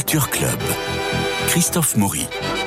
Culture Club. Christophe Maury.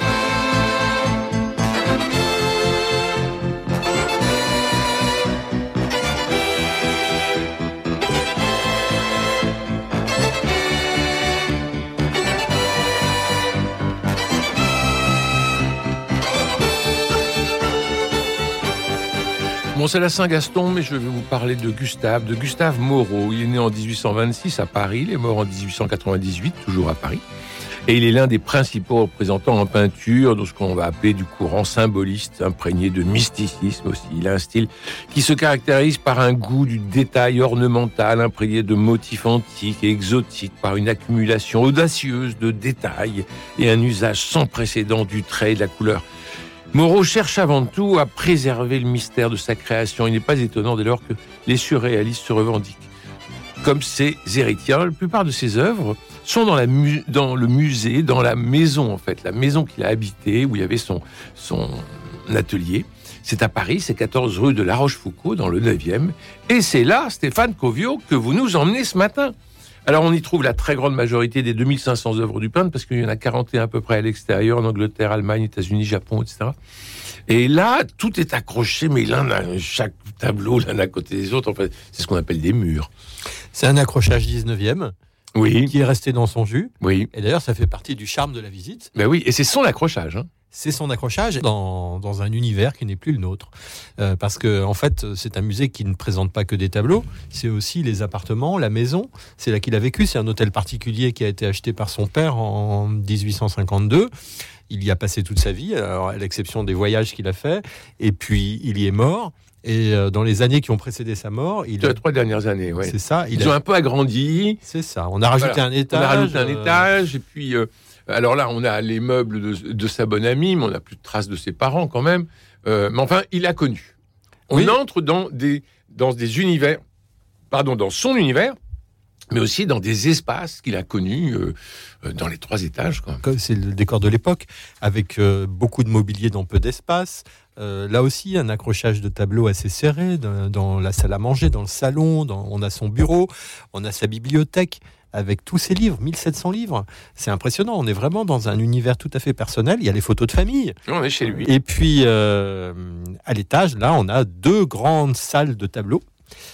Bon, c'est la Saint-Gaston, mais je vais vous parler de Gustave Moreau. Il est né en 1826 à Paris, il est mort en 1898, toujours à Paris. Et il est l'un des principaux représentants en peinture de ce qu'on va appeler du courant symboliste, imprégné de mysticisme aussi. Il a un style qui se caractérise par un goût du détail ornemental, imprégné de motifs antiques et exotiques, par une accumulation audacieuse de détails et un usage sans précédent du trait et de la couleur. Moreau cherche avant tout à préserver le mystère de sa création. Il n'est pas étonnant dès lors que les surréalistes se revendiquent comme ses héritiers. La plupart de ses œuvres sont dans le musée, dans la maison en fait, la maison qu'il a habitée, où il y avait son atelier. C'est à Paris, c'est 14 rue de La Rochefoucauld, dans le 9e. Et c'est là, Stéphane Covio, que vous nous emmenez ce matin. Alors, on y trouve la très grande majorité des 2500 œuvres du peintre, parce qu'il y en a 41 à peu près à l'extérieur, en Angleterre, Allemagne, États-Unis, Japon, etc. Et là, tout est accroché, mais chaque tableau, l'un à côté des autres. En fait, c'est ce qu'on appelle des murs. C'est un accrochage 19e. Oui. Qui est resté dans son jus. Oui. Et d'ailleurs, ça fait partie du charme de la visite. Ben oui, et c'est son accrochage, hein. C'est son accrochage dans un univers qui n'est plus le nôtre. Parce que, en fait, c'est un musée qui ne présente pas que des tableaux, c'est aussi les appartements, la maison. C'est là qu'il a vécu. C'est un hôtel particulier qui a été acheté par son père en 1852. Il y a passé toute sa vie, alors, à l'exception des voyages qu'il a fait. Et puis, il y est mort. Et dans les années qui ont précédé sa mort... Les 3 dernières années, oui. C'est ça. Ils ont un peu agrandi. C'est ça. On a rajouté un étage. On a rajouté un étage, et puis... alors là, on a les meubles de sa bonne amie, mais on n'a plus de traces de ses parents quand même. Mais enfin, il a connu. On entre dans des univers, dans son univers, mais aussi dans des espaces qu'il a connus dans les 3 étages. C'est le décor de l'époque, avec beaucoup de mobilier dans peu d'espace. Là aussi, un accrochage de tableaux assez serré dans la salle à manger, dans le salon. On a son bureau, on a sa bibliothèque, avec tous ses livres, 1700 livres. C'est impressionnant, on est vraiment dans un univers tout à fait personnel. Il y a les photos de famille. On est chez lui. Et puis, à l'étage, là, on a 2 grandes salles de tableaux,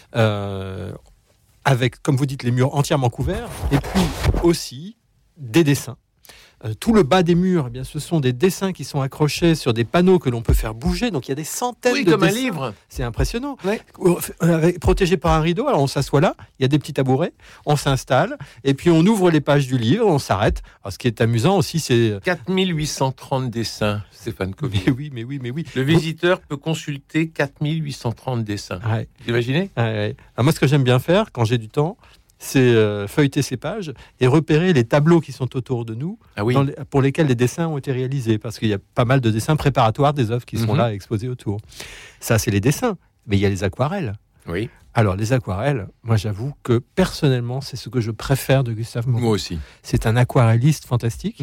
avec, comme vous dites, les murs entièrement couverts, et puis aussi des dessins. Tout le bas des murs, eh bien, ce sont des dessins qui sont accrochés sur des panneaux que l'on peut faire bouger. Donc il y a des centaines de comme dessins. Un livre. C'est impressionnant. Ouais. Protégé par un rideau, alors on s'assoit là, il y a des petits tabourets, on s'installe, et puis on ouvre les pages du livre, on s'arrête. Alors ce qui est amusant aussi, c'est... 4830 dessins, Stéphane Covio. Mais oui. Le visiteur peut consulter 4830 dessins. Ouais. Vous imaginez ? Ouais. Alors moi, ce que j'aime bien faire, quand j'ai du temps, c'est feuilleter ces pages et repérer les tableaux qui sont autour de nous, pour lesquels les dessins ont été réalisés, parce qu'il y a pas mal de dessins préparatoires des œuvres qui sont là exposées autour. Ça, c'est les dessins, mais il y a les aquarelles. Oui. Alors, les aquarelles, moi, j'avoue que personnellement, c'est ce que je préfère de Gustave Moreau. Moi aussi. C'est un aquarelliste fantastique.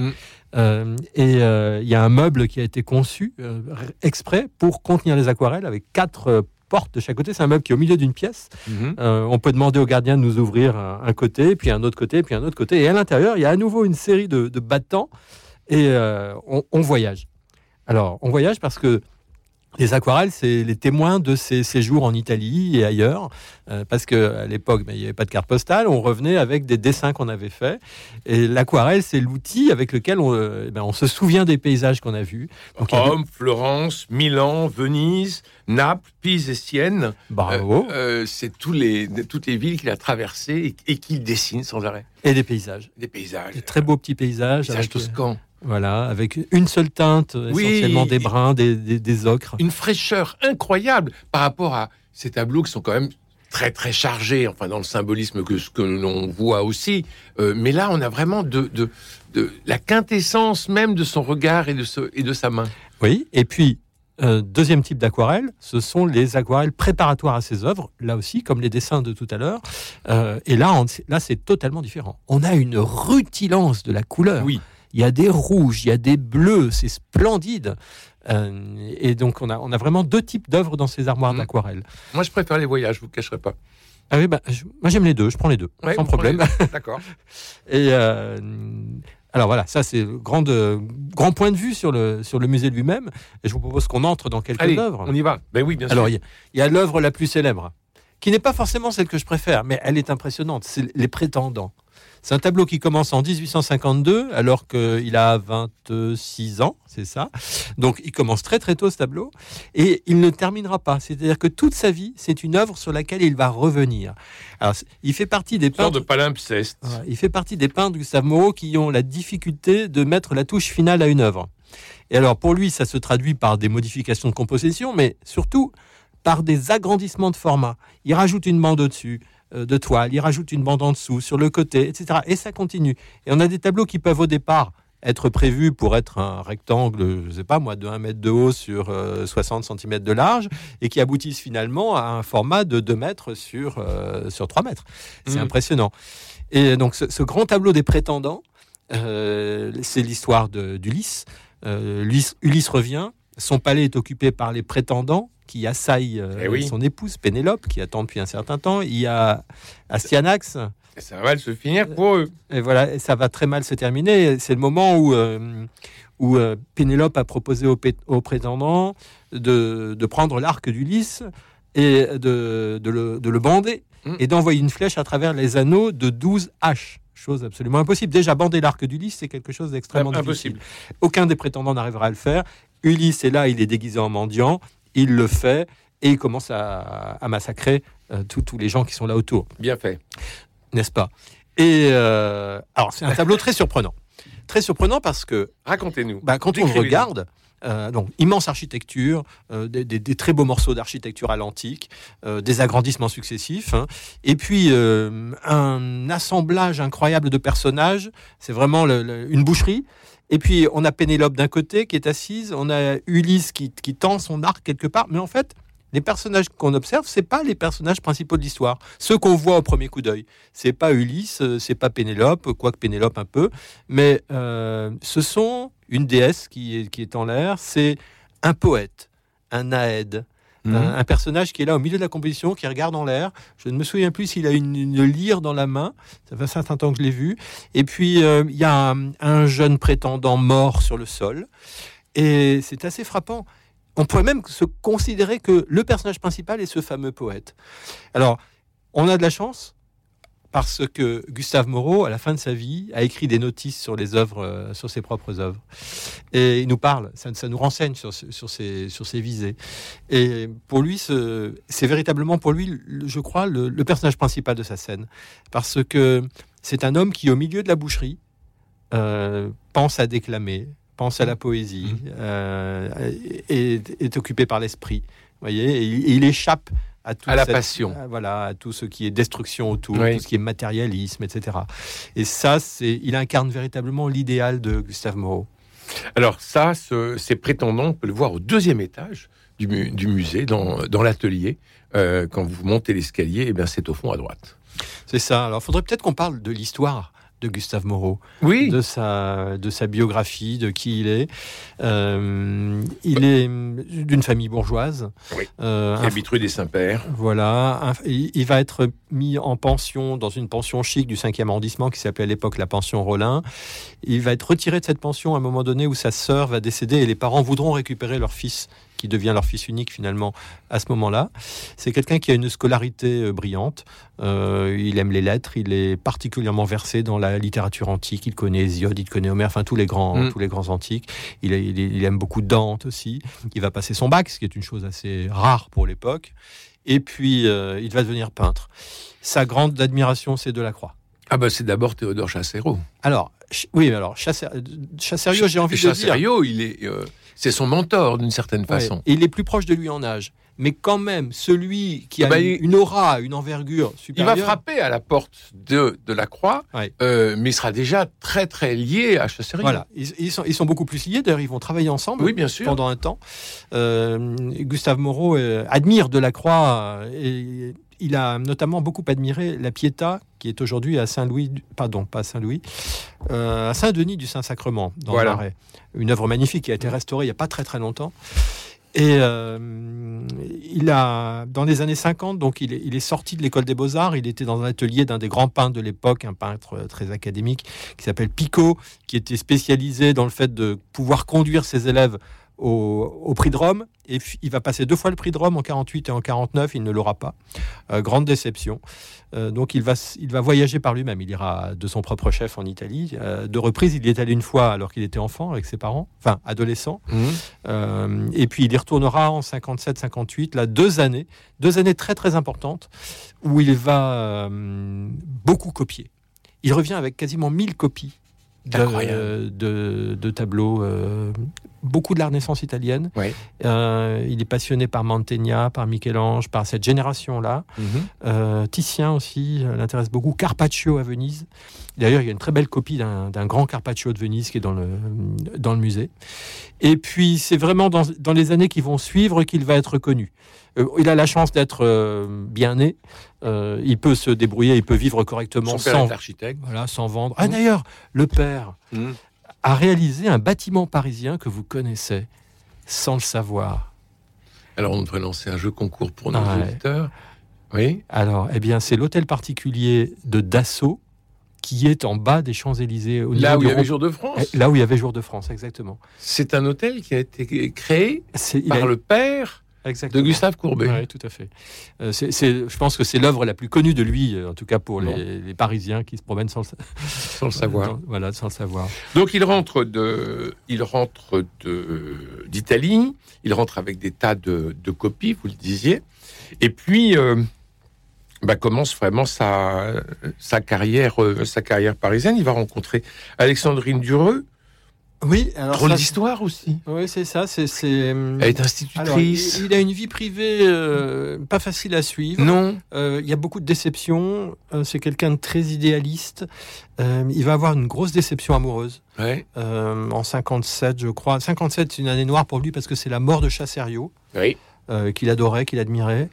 Il y a un meuble qui a été conçu exprès pour contenir les aquarelles, avec 4 porte de chaque côté. C'est un meuble qui est au milieu d'une pièce. On peut demander au gardien de nous ouvrir un côté, puis un autre côté, puis un autre côté. Et à l'intérieur, il y a à nouveau une série de battants. Et on voyage. Alors, on voyage parce que les aquarelles, c'est les témoins de ces séjours en Italie et ailleurs, parce qu'à l'époque, il n'y avait pas de carte postale, on revenait avec des dessins qu'on avait faits, et l'aquarelle, c'est l'outil avec lequel on se souvient des paysages qu'on a vus. Donc, Rome, Florence, Milan, Venise, Naples, Pise et Sienne. Bravo. C'est toutes les villes qu'il a traversées et qu'il dessine sans arrêt. Et des paysages. Des paysages. Des très beaux petits paysages. Paysages toscans. Voilà, avec une seule teinte, essentiellement des bruns, des ocres. Une fraîcheur incroyable par rapport à ces tableaux qui sont quand même très très chargés, enfin dans le symbolisme que l'on voit aussi. Mais là, on a vraiment de la quintessence même de son regard et de sa main. Oui, et puis deuxième type d'aquarelle, ce sont les aquarelles préparatoires à ses œuvres, là aussi, comme les dessins de tout à l'heure. Et là, c'est totalement différent. On a une rutilance de la couleur. Oui. Il y a des rouges, il y a des bleus, c'est splendide. Et donc, on a vraiment 2 types d'œuvres dans ces armoires d'aquarelle. Moi, je préfère les voyages, je vous cacherai pas. Ah oui, moi j'aime les 2, je prends les 2, sans problème. D'accord. Et Alors voilà, ça c'est le grand point de vue sur le musée lui-même. Et je vous propose qu'on entre dans quelques œuvres. On y va. Ben oui, bien sûr. Alors il y a l'œuvre la plus célèbre, qui n'est pas forcément celle que je préfère, mais elle est impressionnante. C'est Les Prétendants. C'est un tableau qui commence en 1852, alors qu'il a 26 ans, c'est ça. Donc il commence très très tôt ce tableau, et il ne terminera pas. C'est-à-dire que toute sa vie, c'est une œuvre sur laquelle il va revenir. Alors il fait partie des peintres... de palimpseste. Il fait partie des peintres, Gustave Moreau, qui ont la difficulté de mettre la touche finale à une œuvre. Et alors pour lui, ça se traduit par des modifications de composition, mais surtout par des agrandissements de format. Il rajoute une bande au-dessus de toile, il rajoute une bande en dessous, sur le côté, etc. Et ça continue. Et on a des tableaux qui peuvent au départ être prévus pour être un rectangle, je ne sais pas moi, de 1 mètre de haut sur 60 cm de large, et qui aboutissent finalement à un format de 2 mètres sur 3 mètres. C'est impressionnant. Et donc ce grand tableau des Prétendants, c'est l'histoire d'Ulysse. Ulysse revient, son palais est occupé par les prétendants qui assaillent son épouse Pénélope, qui attend depuis un certain temps. Il y a Astyanax. Et ça va mal se finir pour eux. Et voilà, et ça va très mal se terminer. C'est le moment où Pénélope a proposé aux prétendants de prendre l'arc d'Ulysse et de le bander et d'envoyer une flèche à travers les anneaux de 12 haches. Chose absolument impossible. Déjà, bander l'arc d'Ulysse, c'est quelque chose d'extrêmement difficile. Aucun des prétendants n'arrivera à le faire. Ulysse est là, il est déguisé en mendiant, il le fait, et il commence à massacrer tous les gens qui sont là autour. Bien fait. N'est-ce pas? Et alors, c'est un tableau très surprenant. Très surprenant parce que... Racontez-nous. Quand on le regarde... donc, immense architecture, des très beaux morceaux d'architecture à l'antique, des agrandissements successifs, et puis un assemblage incroyable de personnages. C'est vraiment une boucherie. Et puis, on a Pénélope d'un côté qui est assise, on a Ulysse qui tend son arc quelque part, mais en fait, les personnages qu'on observe, c'est pas les personnages principaux de l'histoire. Ceux qu'on voit au premier coup d'œil, c'est pas Ulysse, c'est pas Pénélope, quoique Pénélope un peu, mais ce sont une déesse qui est en l'air, c'est un poète, un naède, un personnage qui est là au milieu de la composition, qui regarde en l'air. Je ne me souviens plus s'il a une lyre dans la main, ça fait un certain temps que je l'ai vu. Et puis il y a un jeune prétendant mort sur le sol, et c'est assez frappant. On pourrait même se considérer que le personnage principal est ce fameux poète. Alors, on a de la chance parce que Gustave Moreau, à la fin de sa vie, a écrit des notices sur les œuvres, sur ses propres œuvres. Et il nous parle, ça nous renseigne sur ses visées. Et pour lui, c'est véritablement pour lui, je crois, le personnage principal de sa scène. Parce que c'est un homme qui, au milieu de la boucherie, pense à déclamer, pense à la poésie, est occupé par l'esprit. Vous voyez, et il échappe à la passion. À tout ce qui est destruction autour, tout ce qui est matérialisme, etc. Et ça, il incarne véritablement l'idéal de Gustave Moreau. Alors ça, ces prétendants, on peut le voir au 2e étage du musée, dans l'atelier. Quand vous montez l'escalier, c'est au fond à droite. C'est ça. Alors, il faudrait peut-être qu'on parle de l'histoire de Gustave Moreau, de sa biographie, de qui il est. Il est d'une famille bourgeoise. Qui habite rue des Saints-Pères. Voilà. Il va être mis en pension, dans une pension chic du 5e arrondissement, qui s'appelait à l'époque la pension Rollin. Il va être retiré de cette pension à un moment donné où sa sœur va décéder et les parents voudront récupérer leur fils, qui devient leur fils unique finalement à ce moment-là. C'est quelqu'un qui a une scolarité brillante. Il aime les lettres, il est particulièrement versé dans la littérature antique. Il connaît Hésiode, il connaît Homère, tous les grands antiques. Il aime beaucoup Dante aussi. Il va passer son bac, ce qui est une chose assez rare pour l'époque. Et puis, il va devenir peintre. Sa grande admiration, c'est Delacroix. C'est d'abord Théodore Chassériau. Alors, Chassériau, j'ai envie de dire... Chassériau, c'est son mentor, d'une certaine façon. Et il est plus proche de lui en âge. Mais quand même, celui qui a une aura, une envergure supérieure... Il va frapper à la porte de Delacroix, mais il sera déjà très, très lié à Chassériau. Voilà, ils sont beaucoup plus liés. D'ailleurs, ils vont travailler ensemble pendant un temps. Gustave Moreau admire Delacroix et... Il a notamment beaucoup admiré la Pietà, qui est aujourd'hui à Saint-Denis du Saint-Sacrement, dans le Marais. Une œuvre magnifique qui a été restaurée il n'y a pas très très longtemps. Et il a, dans les années 50, donc il est sorti de l'école des Beaux-Arts. Il était dans un atelier d'un des grands peintres de l'époque, un peintre très académique qui s'appelle Picot, qui était spécialisé dans le fait de pouvoir conduire ses élèves au prix de Rome. Et il va passer 2 fois le prix de Rome, en 48 et en 49. Il ne l'aura pas. Grande déception. Donc il va voyager par lui-même. Il ira de son propre chef en Italie. De reprise, il y est allé une fois alors qu'il était enfant avec ses parents, enfin adolescent. Et puis il y retournera en 57-58, là 2 années très très importantes où il va beaucoup copier. Il revient avec quasiment 1000 copies de tableaux, beaucoup de la Renaissance italienne. Ouais. Il est passionné par Mantegna, par Michel-Ange, par cette génération-là. Titien aussi l'intéresse beaucoup. Carpaccio à Venise. D'ailleurs, il y a une très belle copie d'un grand Carpaccio de Venise qui est dans le musée. Et puis, c'est vraiment dans les années qui vont suivre qu'il va être connu. Il a la chance d'être bien né. Il peut se débrouiller, il peut vivre correctement sans architecte. Voilà, sans vendre. Ah, d'ailleurs, le père a réalisé un bâtiment parisien que vous connaissez sans le savoir. Alors, on devrait lancer un jeu concours pour nos auditeurs. Oui. Alors, c'est l'hôtel particulier de Dassault qui est en bas des Champs-Élysées. Là où il y avait Jour de France. Là où il y avait Jour de France, exactement. C'est un hôtel qui a été créé par le père de Gustave Courbet. Oui, tout à fait. Je pense que c'est l'œuvre la plus connue de lui, en tout cas pour les Parisiens qui se promènent sans le savoir. Voilà, sans le savoir. Donc il rentre d'Italie, il rentre avec des tas de copies, vous le disiez, et puis commence vraiment sa carrière parisienne. Il va rencontrer Alexandrine Dureux. Oui, alors drôle d'histoire aussi. Oui, c'est ça. Elle est institutrice. Alors, il a une vie privée pas facile à suivre. Non. Il y a beaucoup de déceptions. C'est quelqu'un de très idéaliste. Il va avoir une grosse déception amoureuse. Ouais. En 57, je crois. 57, c'est une année noire pour lui parce que c'est la mort de Chassériau. Oui. Qu'il adorait, qu'il admirait.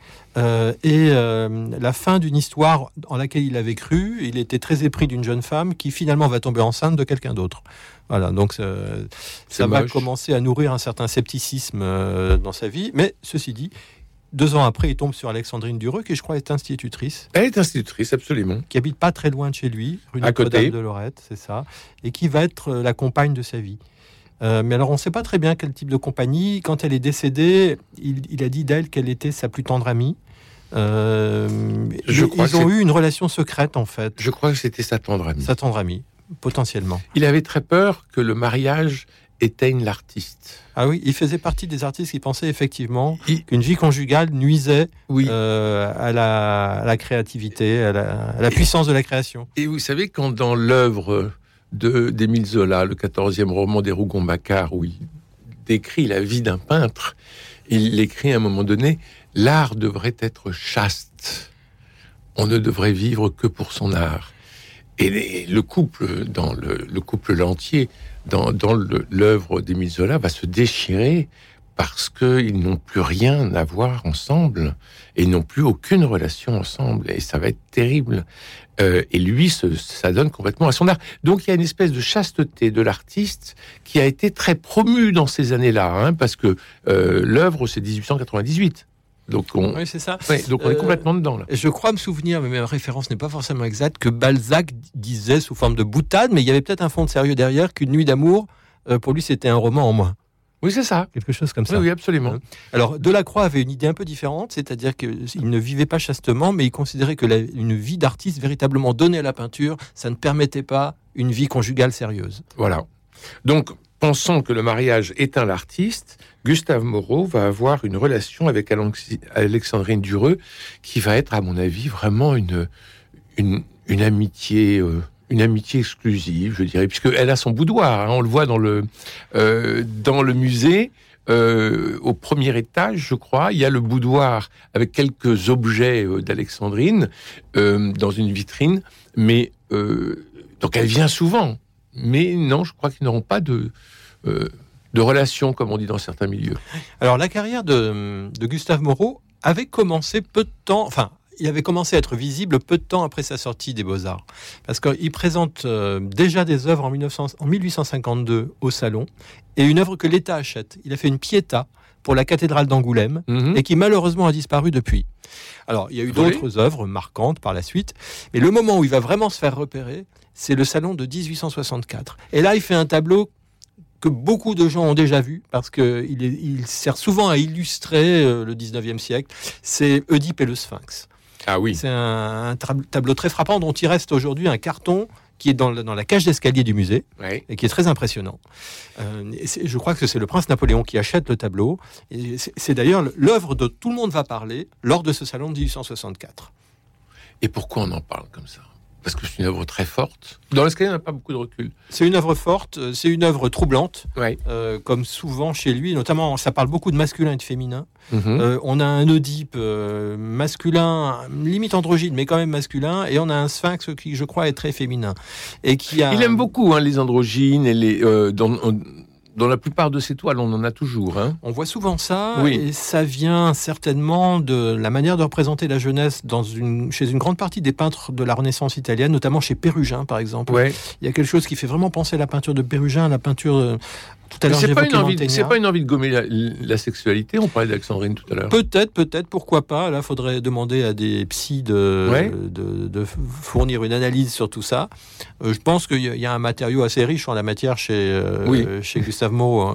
La fin d'une histoire en laquelle il avait cru. Il était très épris d'une jeune femme qui finalement va tomber enceinte de quelqu'un d'autre. Voilà, donc ça va commencer à nourrir un certain scepticisme dans sa vie. Mais ceci dit, 2 ans après, il tombe sur Alexandrine Dureux, qui je crois est institutrice. Elle est institutrice, absolument. Qui habite pas très loin de chez lui, rue Notre-Dame de Lorette, c'est ça. Et qui va être la compagne de sa vie. Mais alors, on ne sait pas très bien quel type de compagnie. Quand elle est décédée, il a dit d'elle qu'elle était sa plus tendre amie. Ils ont eu une relation secrète, en fait. Je crois que c'était sa tendre amie. Sa tendre amie, potentiellement. Il avait très peur que le mariage éteigne l'artiste. Ah oui, il faisait partie des artistes qui pensaient effectivement qu'une vie conjugale nuisait à la créativité, à la puissance de la création. Et vous savez, quand dans l'œuvre d'Émile Zola, le 14e roman des Rougon-Macquart, où il décrit la vie d'un peintre, il écrit à un moment donné « L'art devrait être chaste. On ne devrait vivre que pour son art. » Et le couple, dans le couple Lantier, dans l'œuvre d'Émile Zola, va se déchirer parce qu'ils n'ont plus rien à voir ensemble et ils n'ont plus aucune relation ensemble. Et ça va être terrible. Et lui s'adonne complètement à son art. Donc il y a une espèce de chasteté de l'artiste qui a été très promue dans ces années-là, parce que l'œuvre, c'est 1898. Donc oui, c'est ça. Ouais, donc on est complètement dedans là. Je crois me souvenir, mais ma référence n'est pas forcément exacte, que Balzac disait sous forme de boutade, mais il y avait peut-être un fond de sérieux derrière, qu'Une nuit d'amour, pour lui, c'était un roman en moins. Oui, c'est ça. Quelque chose comme ça. Oui, absolument. Alors, Delacroix avait une idée un peu différente, c'est-à-dire qu'il ne vivait pas chastement, mais il considérait que une vie d'artiste véritablement donnée à la peinture, ça ne permettait pas une vie conjugale sérieuse. Voilà. Donc, pensant que le mariage éteint l'artiste, Gustave Moreau va avoir une relation avec Alexandrine Dureux qui va être, à mon avis, vraiment une amitié... une amitié exclusive, je dirais, puisqu'elle a son boudoir. On le voit dans le musée, au premier étage, je crois. Il y a le boudoir avec quelques objets d'Alexandrine dans une vitrine. Mais donc elle vient souvent. Mais non, je crois qu'ils n'auront pas de relation, comme on dit dans certains milieux. Alors la carrière de Gustave Moreau avait commencé peu de temps... il avait commencé à être visible peu de temps après sa sortie des Beaux-Arts. Parce qu'il présente déjà des œuvres en 1852 au Salon, et une œuvre que l'État achète. Il a fait une Pietà pour la cathédrale d'Angoulême et qui malheureusement a disparu depuis. Alors, il y a eu d'autres œuvres marquantes par la suite, mais le moment où il va vraiment se faire repérer, c'est le salon de 1864. Et là, il fait un tableau que beaucoup de gens ont déjà vu, parce qu'il sert souvent à illustrer le 19e siècle. C'est Oedipe et le Sphinx. Ah oui. C'est un tableau très frappant dont il reste aujourd'hui un carton qui est dans la cage d'escalier du musée, et qui est très impressionnant. Je crois que c'est le prince Napoléon qui achète le tableau. Et c'est d'ailleurs l'œuvre dont tout le monde va parler lors de ce salon de 1864. Et pourquoi on en parle comme ça ? Parce que c'est une œuvre très forte. Dans l'escalier, on n'a pas beaucoup de recul. C'est une œuvre forte, c'est une œuvre troublante, comme souvent chez lui. Notamment, ça parle beaucoup de masculin et de féminin. On a un Oedipe masculin, limite androgyne, mais quand même masculin. Et on a un Sphinx qui, je crois, est très féminin. Et qui a... Il aime beaucoup les androgynes et les... Dans la plupart de ces toiles, on en a toujours. On voit souvent ça, et ça vient certainement de la manière de représenter la jeunesse chez une grande partie des peintres de la Renaissance italienne, notamment chez Pérugin, par exemple. Il y a quelque chose qui fait vraiment penser à la peinture de Pérugin, à la peinture... Tout à l'heure, c'est pas une envie de gommer la sexualité. On parlait d'Alexandrine tout à l'heure. Peut-être, pourquoi pas. Là, faudrait demander à des psys de fournir une analyse sur tout ça. Je pense qu'il y a un matériau assez riche en la matière chez Gustave Moreau.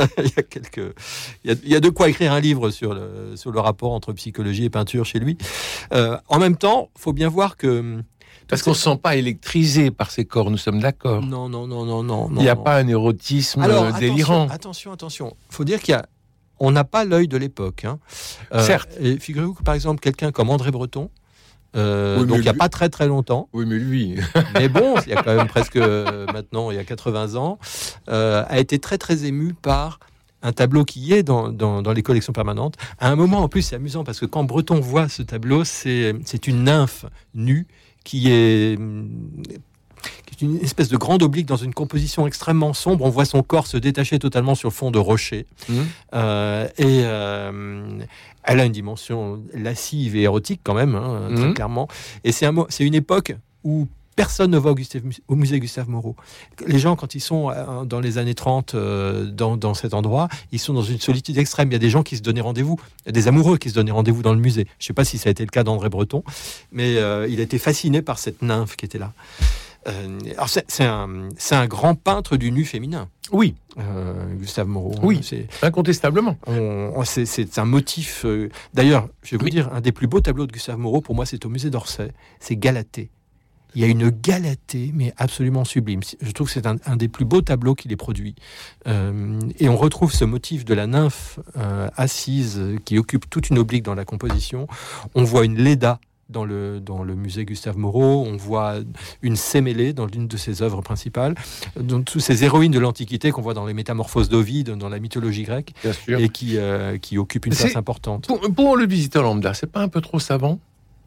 Il y a de quoi écrire un livre sur le rapport entre psychologie et peinture chez lui. En même temps, faut bien voir que parce qu'on ne se sent pas électrisé par ces corps, nous sommes d'accord. Non. Il n'y a pas un érotisme délirant. Attention. Il faut dire on n'a pas l'œil de l'époque. Certes. Et figurez-vous que, par exemple, quelqu'un comme André Breton, donc il n'y a pas très très longtemps. Oui, mais lui. Mais bon, il y a quand même presque maintenant, il y a 80 ans, a été très très ému par un tableau qui est dans les collections permanentes. À un moment, en plus, c'est amusant parce que quand Breton voit ce tableau, c'est une nymphe nue qui est une espèce de grande oblique dans une composition extrêmement sombre. On voit son corps se détacher totalement sur fond de rocher. Elle a une dimension lascive et érotique quand même, très clairement. Et c'est une époque où personne ne va au musée Gustave Moreau. Les gens, quand ils sont dans les années 30 dans cet endroit, ils sont dans une solitude extrême. Il y a des gens qui se donnaient rendez-vous, des amoureux qui se donnaient rendez-vous dans le musée. Je ne sais pas si ça a été le cas d'André Breton, mais il a été fasciné par cette nymphe qui était là. Alors c'est un grand peintre du nu féminin. Oui. Gustave Moreau. Oui, incontestablement. C'est un motif... D'ailleurs, je vais vous dire, un des plus beaux tableaux de Gustave Moreau, pour moi, c'est au musée d'Orsay. C'est Galatée. Il y a une Galatée, mais absolument sublime. Je trouve que c'est un des plus beaux tableaux qu'il ait produit. Et on retrouve ce motif de la nymphe assise qui occupe toute une oblique dans la composition. On voit une Léda dans le musée Gustave Moreau. On voit une Sémélé dans l'une de ses œuvres principales. Donc, toutes ces héroïnes de l'Antiquité qu'on voit dans les Métamorphoses d'Ovide, dans la mythologie grecque, et qui occupent une place importante. Pour le visiteur lambda, c'est pas un peu trop savant ?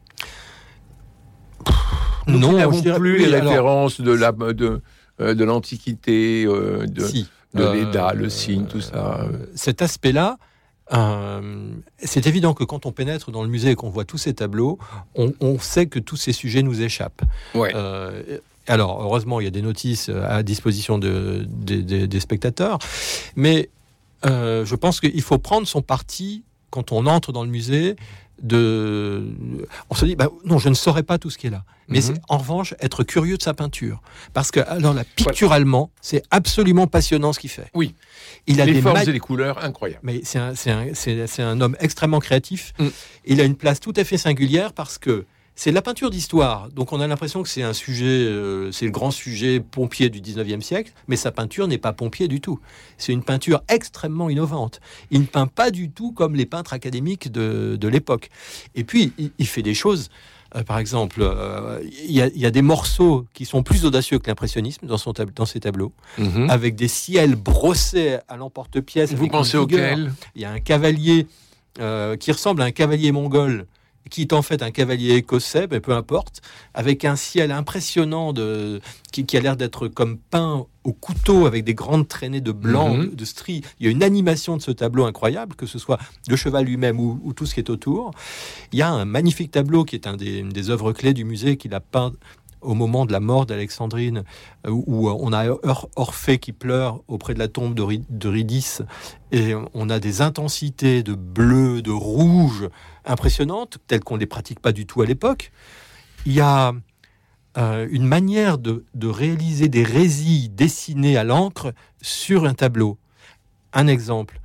Non, nous n'avons plus les références de l'Antiquité, de Léda, le cygne, tout ça. Cet aspect-là, c'est évident que quand on pénètre dans le musée et qu'on voit tous ces tableaux, on sait que tous ces sujets nous échappent. Alors, heureusement, il y a des notices à disposition des spectateurs, mais je pense qu'il faut prendre son parti quand on entre dans le musée. On se dit non, je ne saurais pas tout ce qui est là, mais c'est en revanche être curieux de sa peinture, parce que alors là, picturalement, c'est absolument passionnant ce qu'il fait. Oui, il a les formes et les couleurs incroyables. Mais c'est un homme extrêmement créatif. Il a une place tout à fait singulière parce que c'est de la peinture d'histoire, donc on a l'impression que c'est un sujet, c'est le grand sujet pompier du 19e siècle, mais sa peinture n'est pas pompier du tout. C'est une peinture extrêmement innovante. Il ne peint pas du tout comme les peintres académiques de l'époque. Et puis, il fait des choses, par exemple, il y a des morceaux qui sont plus audacieux que l'impressionnisme dans ses tableaux, avec des ciels brossés à l'emporte-pièce. Vous pensez auquel ? Il y a un cavalier qui ressemble à un cavalier mongol, qui est en fait un cavalier écossais, mais peu importe, avec un ciel impressionnant qui a l'air d'être comme peint au couteau, avec des grandes traînées de blanc, de stries. Il y a une animation de ce tableau incroyable, que ce soit le cheval lui-même ou tout ce qui est autour. Il y a un magnifique tableau qui est une des œuvres clés du musée qu'il a peint au moment de la mort d'Alexandrine, où on a Orphée qui pleure auprès de la tombe d'Eurydice, et on a des intensités de bleu, de rouge impressionnantes, telles qu'on ne les pratique pas du tout à l'époque. Il y a une manière de réaliser des récits dessinés à l'encre sur un tableau. Un exemple,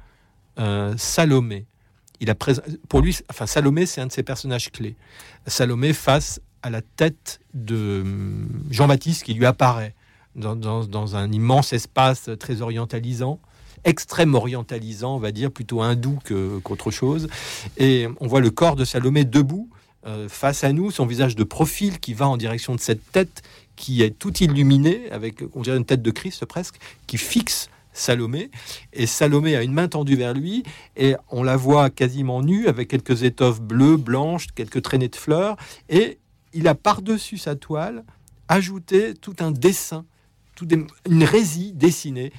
Salomé. Pour lui, Salomé, c'est un de ses personnages clés. Salomé face à la tête de Jean-Baptiste qui lui apparaît dans un immense espace très orientalisant, extrême orientalisant, on va dire, plutôt hindou qu'autre chose. Et on voit le corps de Salomé debout, face à nous, son visage de profil qui va en direction de cette tête qui est tout illuminée, avec, on dirait, une tête de Christ presque, qui fixe Salomé, et Salomé a une main tendue vers lui, et on la voit quasiment nue, avec quelques étoffes bleues, blanches, quelques traînées de fleurs, et il a par-dessus sa toile ajouté tout un dessin, une rhésie dessinée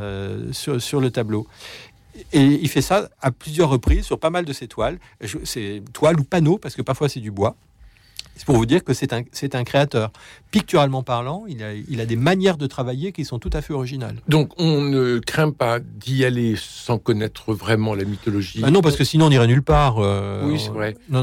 sur le tableau. Et il fait ça à plusieurs reprises sur pas mal de ses toiles. C'est toile ou panneau, parce que parfois c'est du bois. C'est pour vous dire que c'est un créateur. Picturalement parlant, il a des manières de travailler qui sont tout à fait originales. Donc on ne craint pas d'y aller sans connaître vraiment la mythologie. Non, parce que sinon on n'irait nulle part. Oui, c'est vrai. Non.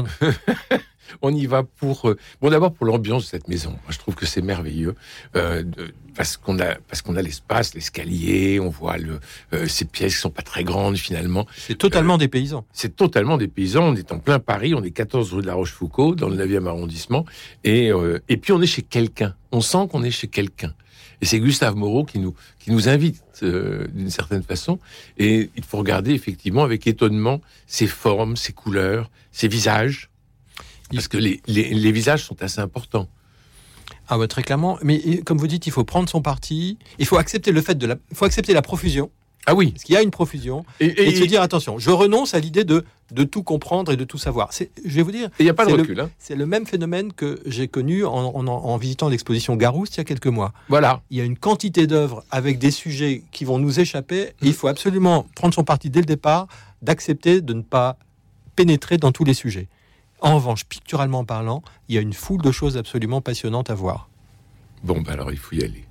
On y va pour... d'abord pour l'ambiance de cette maison. Moi, je trouve que c'est merveilleux. Parce qu'on a l'espace, l'escalier, on voit ces pièces qui sont pas très grandes finalement. C'est totalement dépaysant. C'est totalement dépaysant. On est en plein Paris, on est 14 rue de la Rochefoucauld, dans le 9e arrondissement. Et puis on est chez quelqu'un. On sent qu'on est chez quelqu'un. Et c'est Gustave Moreau qui nous invite d'une certaine façon. Et il faut regarder effectivement avec étonnement ces formes, ces couleurs, ces visages. Parce que les visages sont assez importants. Ah ouais, très clairement. Mais comme vous dites, il faut prendre son parti. Il faut accepter faut accepter la profusion. Ah oui. Parce qu'il y a une profusion. Et se dire, attention, je renonce à l'idée de tout comprendre et de tout savoir. Je vais vous dire... Il n'y a pas de recul. C'est le même phénomène que j'ai connu en visitant l'exposition Garouste il y a quelques mois. Voilà. Il y a une quantité d'œuvres avec des sujets qui vont nous échapper. Et il faut absolument prendre son parti dès le départ, d'accepter de ne pas pénétrer dans tous les sujets. En revanche, picturalement parlant, il y a une foule de choses absolument passionnantes à voir. Bon, alors il faut y aller.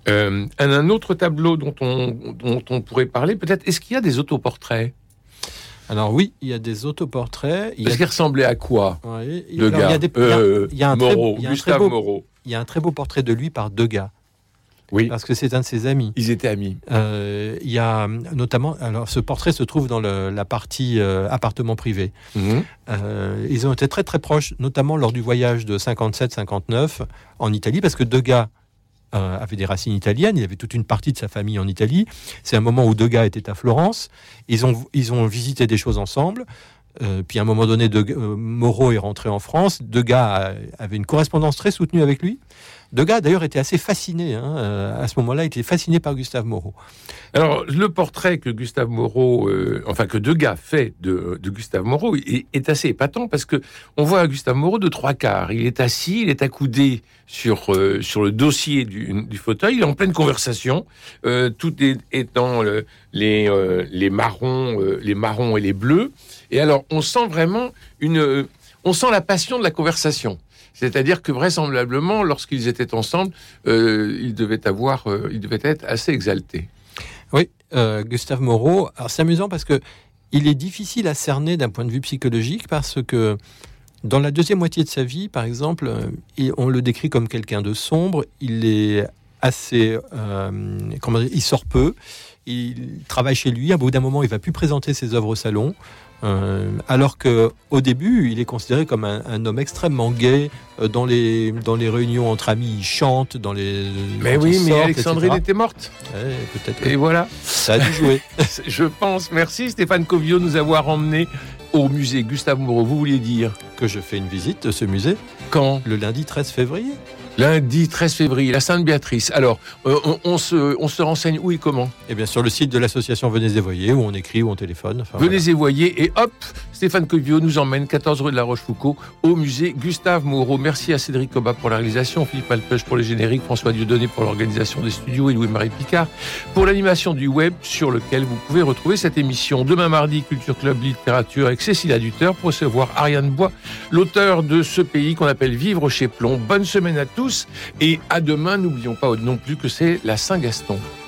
Un autre tableau dont on pourrait parler, peut-être, est-ce qu'il y a des autoportraits ? Alors oui, il y a des autoportraits. Est-ce qu'il ressemblait à quoi ? Oui, il y a Gustave Moreau. Il y a un très beau portrait de lui par Degas. Oui. Parce que c'est un de ses amis. Ils étaient amis. Il y a notamment... Alors, ce portrait se trouve dans la partie appartement privé. Mmh. Ils ont été très, très proches, notamment lors du voyage de 57-59 en Italie, parce que Degas avait des racines italiennes. Il avait toute une partie de sa famille en Italie. C'est un moment où Degas était à Florence. Ils ont visité des choses ensemble. Puis à un moment donné, Moreau est rentré en France. Degas avait une correspondance très soutenue avec lui. Degas, d'ailleurs, était assez fasciné. À ce moment-là, il était fasciné par Gustave Moreau. Alors, le portrait que Gustave Moreau, que Degas fait de Gustave Moreau est assez épatant parce que on voit Gustave Moreau de trois quarts. Il est assis, il est accoudé sur le dossier du fauteuil. Il est en pleine conversation. Tout est dans les marrons et les bleus. Et alors, on sent vraiment on sent la passion de la conversation. C'est-à-dire que vraisemblablement, lorsqu'ils étaient ensemble, ils devaient être assez exaltés. Oui, Gustave Moreau. Alors c'est amusant parce que il est difficile à cerner d'un point de vue psychologique parce que dans la deuxième moitié de sa vie, par exemple, on le décrit comme quelqu'un de sombre. Il est assez, il sort peu. Il travaille chez lui. À bout d'un moment, il va plus présenter ses œuvres au salon. Alors qu'au début, il est considéré comme un homme extrêmement gai. Dans les réunions entre amis, il chante. Mais Alexandrine était morte. Peut-être. Et voilà. Ça a dû jouer. Je pense. Merci Stéphane Covio de nous avoir emmenés au musée Gustave Moreau. Vous vouliez dire que je fais une visite de ce musée. Quand ? Le lundi 13 février. Lundi 13 février, la Sainte-Béatrice. Alors, on se renseigne où et comment ? Eh bien, sur le site de l'association Venez et Voyez, où on écrit, où on téléphone. Venez et Voyez, et hop, Stéphane Covio nous emmène 14 rue de la Rochefoucauld au musée Gustave Moreau. Merci à Cédric Cobat pour la réalisation, Philippe Alpech pour les génériques, François Dieudonné pour l'organisation des studios et Louis-Marie Picard pour l'animation du web sur lequel vous pouvez retrouver cette émission. Demain mardi, Culture Club Littérature avec Cécile Aduteur pour recevoir Ariane Bois, l'auteur de ce pays qu'on appelle Vivre chez Plomb. Bonne semaine à tous. tous et à demain. N'oublions pas non plus que c'est la Saint-Gaston.